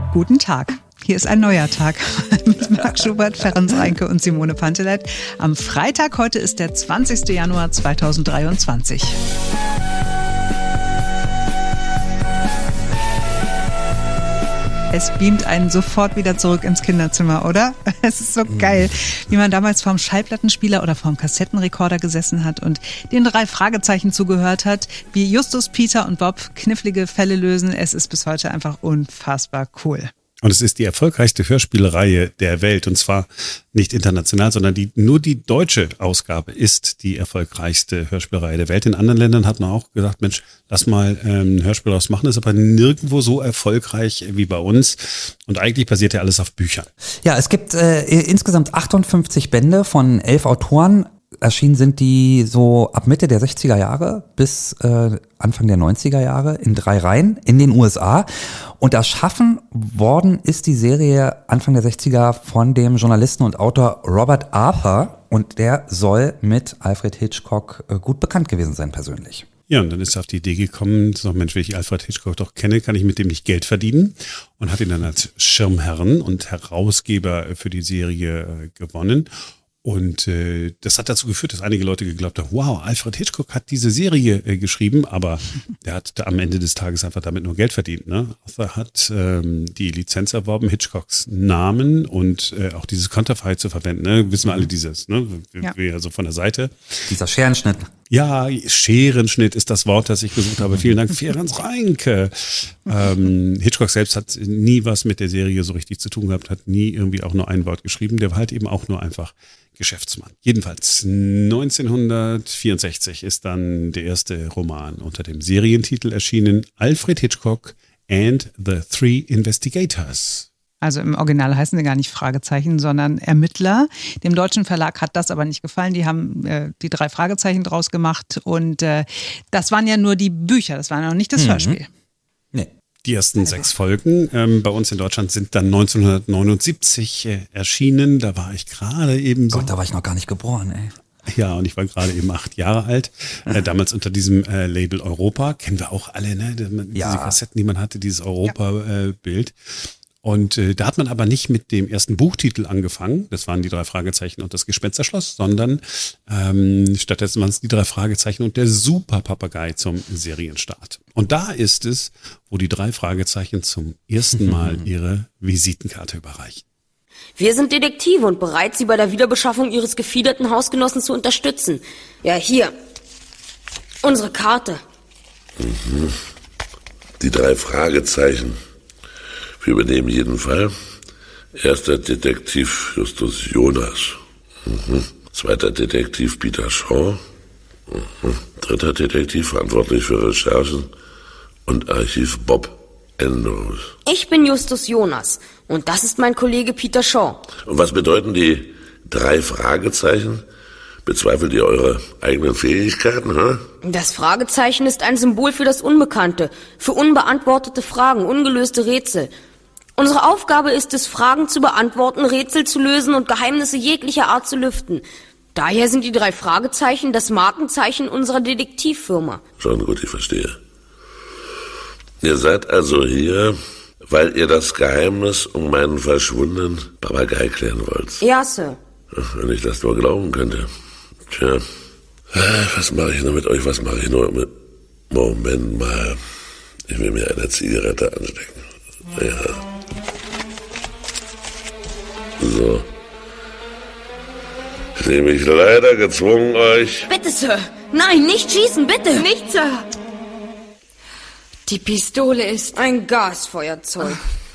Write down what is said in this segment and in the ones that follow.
Guten Tag. Hier ist ein neuer Tag mit Marc Schubert, Ferenc Reinke und Simone Panteleit. Am Freitag, heute ist der 20. Januar 2023. Es beamt einen sofort wieder zurück ins Kinderzimmer, oder? Es ist so geil, wie man damals vorm Schallplattenspieler oder vorm Kassettenrekorder gesessen hat und den 3 Fragezeichen zugehört hat, wie Justus, Peter und Bob knifflige Fälle lösen. Es ist bis heute einfach unfassbar cool. Und es ist die erfolgreichste Hörspielreihe der Welt. Und zwar nicht international, sondern nur die deutsche Ausgabe ist die erfolgreichste Hörspielreihe der Welt. In anderen Ländern hat man auch gesagt, Mensch, lass mal ein Hörspiel draus machen. Das ist aber nirgendwo so erfolgreich wie bei uns. Und eigentlich basiert ja alles auf Büchern. Ja, es gibt insgesamt 58 Bände von 11 Autoren. Erschienen sind die so ab Mitte der 60er Jahre bis Anfang der 90er Jahre in 3 Reihen in den USA. Und erschaffen worden ist die Serie Anfang der 60er von dem Journalisten und Autor Robert Arthur. Und der soll mit Alfred Hitchcock gut bekannt gewesen sein persönlich. Ja, und dann ist er auf die Idee gekommen, so Mensch, wenn ich Alfred Hitchcock doch kenne, kann ich mit dem nicht Geld verdienen. Und hat ihn dann als Schirmherrn und Herausgeber für die Serie gewonnen. Und das hat dazu geführt, dass einige Leute geglaubt haben, wow, Alfred Hitchcock hat diese Serie geschrieben, aber der hat da am Ende des Tages einfach damit nur Geld verdient. Ne? Arthur hat die Lizenz erworben, Hitchcocks Namen und auch dieses Konterfei zu verwenden. Ne? Wissen wir alle dieses, ne? Wir so von der Seite. Dieser Scherenschnitt. Ja, Scherenschnitt ist das Wort, das ich gesucht habe. Vielen Dank, Ferenc Reinke. Hitchcock selbst hat nie was mit der Serie so richtig zu tun gehabt, hat nie irgendwie auch nur ein Wort geschrieben. Der war halt eben auch nur einfach Geschäftsmann. Jedenfalls 1964 ist dann der erste Roman unter dem Serientitel erschienen, Alfred Hitchcock and the Three Investigators. Also im Original heißen sie gar nicht Fragezeichen, sondern Ermittler. Dem deutschen Verlag hat das aber nicht gefallen. Die haben die 3 Fragezeichen draus gemacht und das waren ja nur die Bücher, das war noch nicht das Hörspiel. Nee. Die ersten 6 Folgen bei uns in Deutschland sind dann 1979 erschienen. Da war ich gerade eben so. Gott, da war ich noch gar nicht geboren, ey. Ja, und ich war gerade eben 8 Jahre alt. Damals unter diesem Label Europa. Kennen wir auch alle, ne? Diese Kassetten, die man hatte, dieses Europa-Bild. Und da hat man aber nicht mit dem ersten Buchtitel angefangen, das waren die 3 Fragezeichen und das Gespensterschloss, sondern stattdessen waren es die 3 Fragezeichen und der Superpapagei zum Serienstart. Und da ist es, wo die 3 Fragezeichen zum ersten Mal ihre Visitenkarte überreichen. Wir sind Detektive und bereit, Sie bei der Wiederbeschaffung Ihres gefiederten Hausgenossen zu unterstützen. Ja, hier, unsere Karte. Die 3 Fragezeichen. Wir übernehmen jeden Fall. Erster Detektiv Justus Jonas. Zweiter Detektiv Peter Shaw. Dritter Detektiv verantwortlich für Recherchen und Archiv Bob Andrews. Ich bin Justus Jonas und das ist mein Kollege Peter Shaw. Und was bedeuten die 3 Fragezeichen? Bezweifelt ihr eure eigenen Fähigkeiten, ha? Das Fragezeichen ist ein Symbol für das Unbekannte, für unbeantwortete Fragen, ungelöste Rätsel. Unsere Aufgabe ist es, Fragen zu beantworten, Rätsel zu lösen und Geheimnisse jeglicher Art zu lüften. Daher sind die 3 Fragezeichen das Markenzeichen unserer Detektivfirma. Schon gut, ich verstehe. Ihr seid also hier, weil ihr das Geheimnis um meinen verschwundenen Papagei klären wollt. Ja, Sir. Ach, wenn ich das nur glauben könnte. Tja, was mache ich nur mit euch, was mache ich nur mit... Moment mal, ich will mir eine Zigarette anstecken. Ja. So. Ich sehe mich leider gezwungen, euch... Bitte, Sir. Nein, nicht schießen, bitte. Nicht, Sir. Die Pistole ist ein Gasfeuerzeug.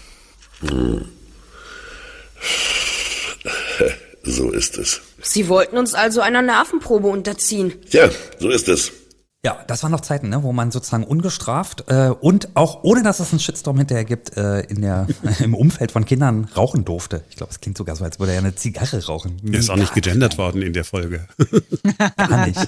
So ist es. Sie wollten uns also einer Nervenprobe unterziehen. Ja, so ist es. Ja, das waren noch Zeiten, ne, wo man sozusagen ungestraft und auch ohne, dass es einen Shitstorm hinterher gibt, im Umfeld von Kindern rauchen durfte. Ich glaube, es klingt sogar so, als würde er eine Zigarre rauchen. Der ist auch nicht gegendert worden in der Folge. Gar nicht.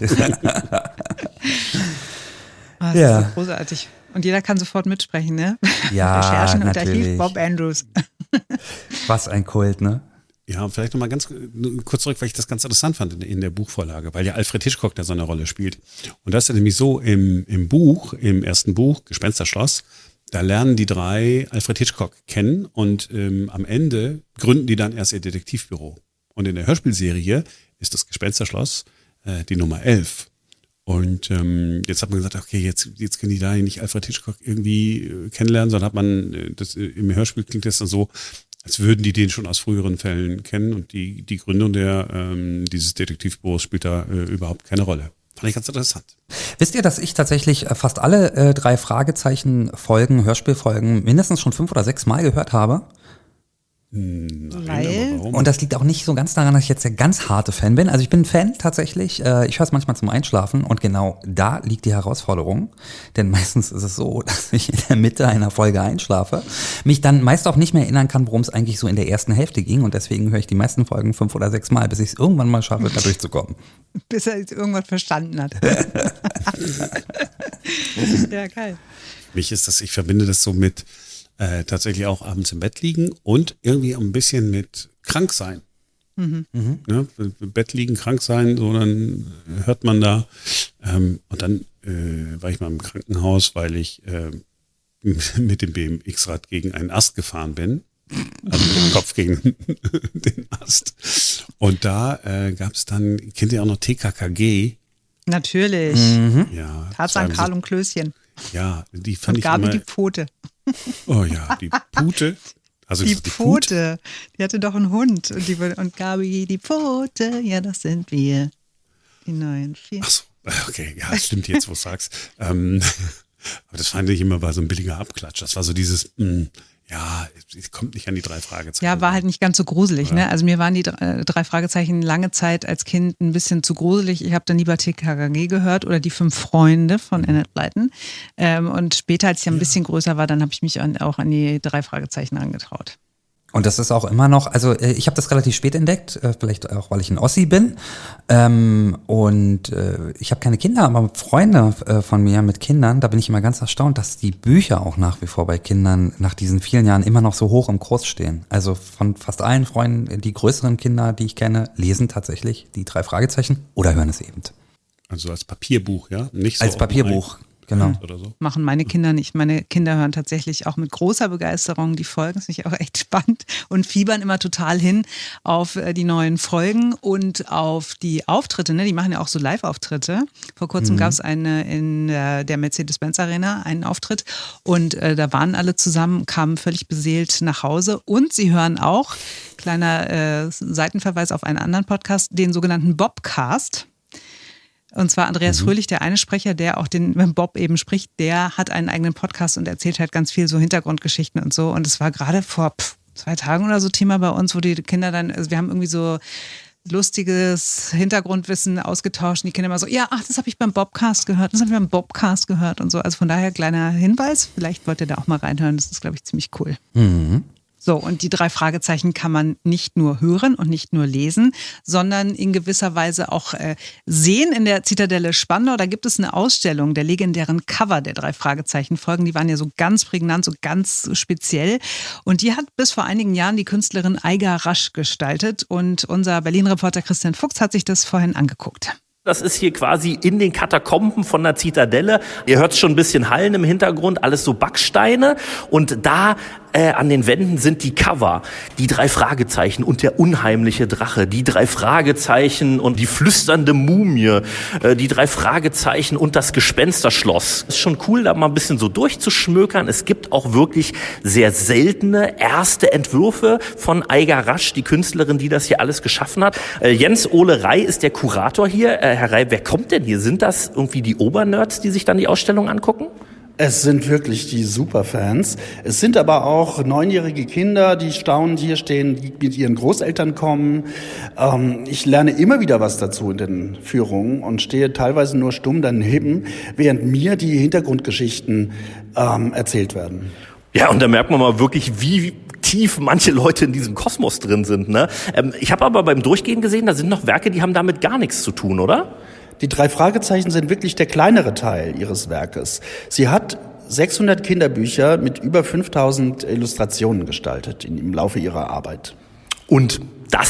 Das ist so großartig. Und jeder kann sofort mitsprechen, ne? Ja, Recherchen und natürlich. Archiv Bob Andrews. Was ein Kult, ne? Ja, vielleicht nochmal ganz kurz zurück, weil ich das ganz interessant fand in der Buchvorlage, weil ja Alfred Hitchcock da so eine Rolle spielt. Und das ist ja nämlich so im ersten Buch, Gespensterschloss, Da lernen die drei Alfred Hitchcock kennen und am Ende gründen die dann erst ihr Detektivbüro. Und in der Hörspielserie ist das Gespensterschloss die Nummer 11. Und jetzt hat man gesagt, okay, jetzt können die da nicht Alfred Hitchcock irgendwie kennenlernen, sondern hat man, im Hörspiel klingt das dann so, als würden die den schon aus früheren Fällen kennen und die Gründung dieses Detektivbüros spielt da überhaupt keine Rolle. Fand ich ganz interessant. Wisst ihr, dass ich tatsächlich fast alle 3 Fragezeichen-Folgen, Hörspielfolgen mindestens schon 5 oder 6 Mal gehört habe? Nein, Weil? aber warum? Und das liegt auch nicht so ganz daran, dass ich jetzt der ganz harte Fan bin. Also ich bin Fan tatsächlich. Ich höre es manchmal zum Einschlafen und genau da liegt die Herausforderung. Denn meistens ist es so, dass ich in der Mitte einer Folge einschlafe, mich dann meist auch nicht mehr erinnern kann, worum es eigentlich so in der ersten Hälfte ging. Und deswegen höre ich die meisten Folgen 5 oder 6 Mal, bis ich es irgendwann mal schaffe, da durchzukommen. Bis er irgendwas verstanden hat. Ja, geil. Mich ist das, ich verbinde das so mit tatsächlich auch abends im Bett liegen und irgendwie ein bisschen mit krank sein. Ne? Im Bett liegen, krank sein, so dann hört man da. Und dann war ich mal im Krankenhaus, weil ich mit dem BMX-Rad gegen einen Ast gefahren bin. Also mit dem Kopf gegen den Ast. Und da gab es dann, kennt ihr auch noch TKKG? Natürlich. Ja. Tarzan, Karl und Klößchen. Ja, die fand Und ich Gabi immer. die Pfote. Oh ja, die Pute. Also Die Pute. Pfote. Die hatte doch einen Hund. Und Gabi die Pfote. Ja, das sind wir. Die neuen 4. Ach so, okay, ja, das stimmt jetzt, wo du sagst. Aber das fand ich immer war so ein billiger Abklatsch. Das war so dieses, ja, es kommt nicht an die 3 Fragezeichen. Ja, war halt nicht ganz so gruselig. Ne? Also mir waren die 3 Fragezeichen lange Zeit als Kind ein bisschen zu gruselig. Ich habe dann lieber TKKG gehört oder die 5 Freunde von Annette Blyton. Und später, als ich ein bisschen größer war, dann habe ich mich auch an die 3 Fragezeichen angetraut. Und das ist auch immer noch, also ich habe das relativ spät entdeckt, vielleicht auch, weil ich ein Ossi bin. Und ich habe keine Kinder, aber Freunde von mir mit Kindern, da bin ich immer ganz erstaunt, dass die Bücher auch nach wie vor bei Kindern nach diesen vielen Jahren immer noch so hoch im Kurs stehen. Also von fast allen Freunden, die größeren Kinder, die ich kenne, lesen tatsächlich die 3 Fragezeichen oder hören es eben. Also als Papierbuch, ja? Nicht so Als Papierbuch. Genau. Oder so. Machen meine Kinder nicht. Meine Kinder hören tatsächlich auch mit großer Begeisterung die Folgen. Das finde ich auch echt spannend und fiebern immer total hin auf die neuen Folgen und auf die Auftritte. Ne? Die machen ja auch so Live-Auftritte. Vor kurzem gab es in der Mercedes-Benz Arena einen Auftritt und da waren alle zusammen, kamen völlig beseelt nach Hause und sie hören auch, kleiner Seitenverweis auf einen anderen Podcast, den sogenannten Bobcast. Und zwar Andreas Fröhlich, der eine Sprecher, der auch den Bob eben spricht, der hat einen eigenen Podcast und erzählt halt ganz viel so Hintergrundgeschichten und so. Und es war gerade vor 2 Tagen oder so Thema bei uns, wo die Kinder dann, also wir haben irgendwie so lustiges Hintergrundwissen ausgetauscht. Und die Kinder immer so, ja, ach, das habe ich beim Bobcast gehört, das habe ich beim Bobcast gehört und so. Also von daher kleiner Hinweis, vielleicht wollt ihr da auch mal reinhören, das ist, glaube ich, ziemlich cool. So, und die 3 Fragezeichen kann man nicht nur hören und nicht nur lesen, sondern in gewisser Weise auch sehen in der Zitadelle Spandau. Da gibt es eine Ausstellung der legendären Cover der 3 Fragezeichen-Folgen. Die waren ja so ganz prägnant, so ganz speziell. Und die hat bis vor einigen Jahren die Künstlerin Aiga Rasch gestaltet. Und unser Berlin-Reporter Christian Fuchs hat sich das vorhin angeguckt. Das ist hier quasi in den Katakomben von der Zitadelle. Ihr hört schon ein bisschen Hallen im Hintergrund, alles so Backsteine. Und da an den Wänden sind die Cover. Die 3 Fragezeichen und der unheimliche Drache. Die 3 Fragezeichen und die flüsternde Mumie. Die 3 Fragezeichen und das Gespensterschloss. Ist schon cool, da mal ein bisschen so durchzuschmökern. Es gibt auch wirklich sehr seltene erste Entwürfe von Aiga Rasch, die Künstlerin, die das hier alles geschaffen hat. Jens Ole Rey ist der Kurator hier. Herr Rey, wer kommt denn hier? Sind das irgendwie die Obernerds, die sich dann die Ausstellung angucken? Es sind wirklich die Superfans. Es sind aber auch 9-jährige Kinder, die staunend hier stehen, die mit ihren Großeltern kommen. Ich lerne immer wieder was dazu in den Führungen und stehe teilweise nur stumm daneben, während mir die Hintergrundgeschichten erzählt werden. Ja, und da merkt man mal wirklich, wie tief manche Leute in diesem Kosmos drin sind. Ne? Ich habe aber beim Durchgehen gesehen, da sind noch Werke, die haben damit gar nichts zu tun, oder? Die 3 Fragezeichen sind wirklich der kleinere Teil ihres Werkes. Sie hat 600 Kinderbücher mit über 5000 Illustrationen gestaltet im Laufe ihrer Arbeit. Und das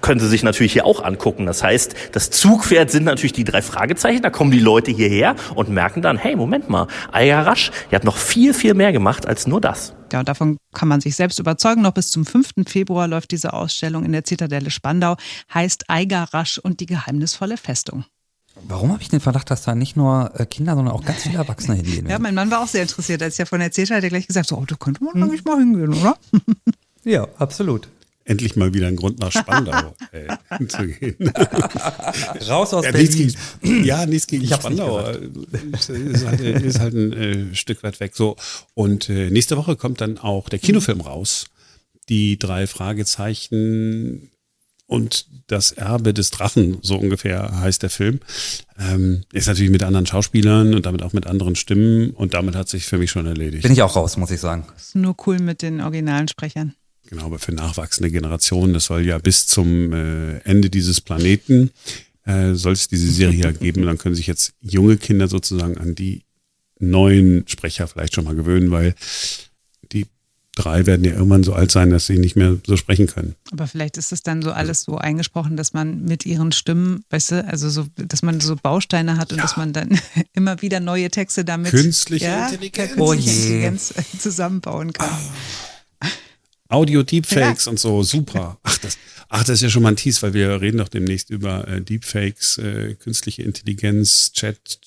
können Sie sich natürlich hier auch angucken. Das heißt, das Zugpferd sind natürlich die 3 Fragezeichen. Da kommen die Leute hierher und merken dann, hey, Moment mal, Eiger Rasch, ihr habt noch viel, viel mehr gemacht als nur das. Ja, und davon kann man sich selbst überzeugen. Noch bis zum 5. Februar läuft diese Ausstellung in der Zitadelle Spandau. Heißt Eiger Rasch und die geheimnisvolle Festung. Warum habe ich den Verdacht, dass da nicht nur Kinder, sondern auch ganz viele Erwachsene hingehen werden? Ja, mein Mann war auch sehr interessiert. Als ich davon erzählt hatte, hat er gleich gesagt, so, da könnte man eigentlich mal hingehen, oder? Ja, absolut. Endlich mal wieder ein Grund nach Spandau zu gehen. Raus aus Berlin. Nichts gegen Spandau. Ist halt ein Stück weit weg. So. Und nächste Woche kommt dann auch der Kinofilm raus. Die 3 Fragezeichen und das Erbe des Drachen, so ungefähr heißt der Film. Ist natürlich mit anderen Schauspielern und damit auch mit anderen Stimmen. Und damit hat sich für mich schon erledigt. Bin ich auch raus, muss ich sagen. Ist nur cool mit den originalen Sprechern. Genau, aber für nachwachsende Generationen, das soll ja bis zum Ende dieses Planeten, soll es diese Serie ja geben. Und dann können sich jetzt junge Kinder sozusagen an die neuen Sprecher vielleicht schon mal gewöhnen, weil die 3 werden ja irgendwann so alt sein, dass sie nicht mehr so sprechen können. Aber vielleicht ist es dann so alles so eingesprochen, dass man mit ihren Stimmen, weißt du, also so, dass man so Bausteine hat und dass man dann immer wieder neue Texte damit Künstliche Intelligenz zusammenbauen kann. Audio-Deepfakes und so, super. Ach, das ist ja schon mal ein Tease, weil wir reden doch demnächst über Deepfakes, künstliche Intelligenz, Chat,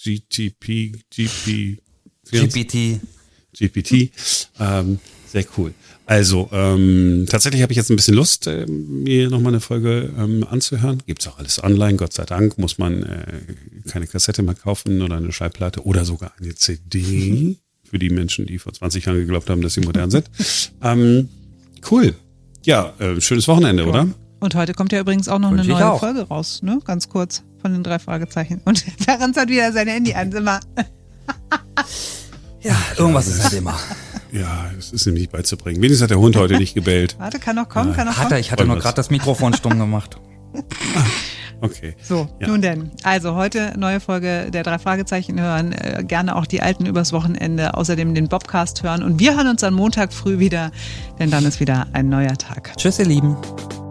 GPT. Sehr cool. Also, tatsächlich habe ich jetzt ein bisschen Lust, mir nochmal eine Folge anzuhören. Gibt's auch alles online, Gott sei Dank. Muss man keine Kassette mehr kaufen oder eine Schallplatte oder sogar eine CD für die Menschen, die vor 20 Jahren geglaubt haben, dass sie modern sind. Cool. Ja, schönes Wochenende, oder? Und heute kommt ja übrigens auch noch eine neue Folge raus, ne? Ganz kurz von den 3 Fragezeichen. Und Ferenc hat wieder sein Handy an, immer. Ja, irgendwas ist halt immer. Ja, es ist ihm nicht beizubringen. Wenigstens hat der Hund heute nicht gebellt. Warte, kann noch kommen. Ich hatte nur gerade das Mikrofon stumm gemacht. Okay. So, ja. Nun denn. Also heute neue Folge der 3 Fragezeichen hören. Gerne auch die alten übers Wochenende. Außerdem den Bobcast hören. Und wir hören uns am Montag früh wieder, denn dann ist wieder ein neuer Tag. Tschüss, ihr Lieben.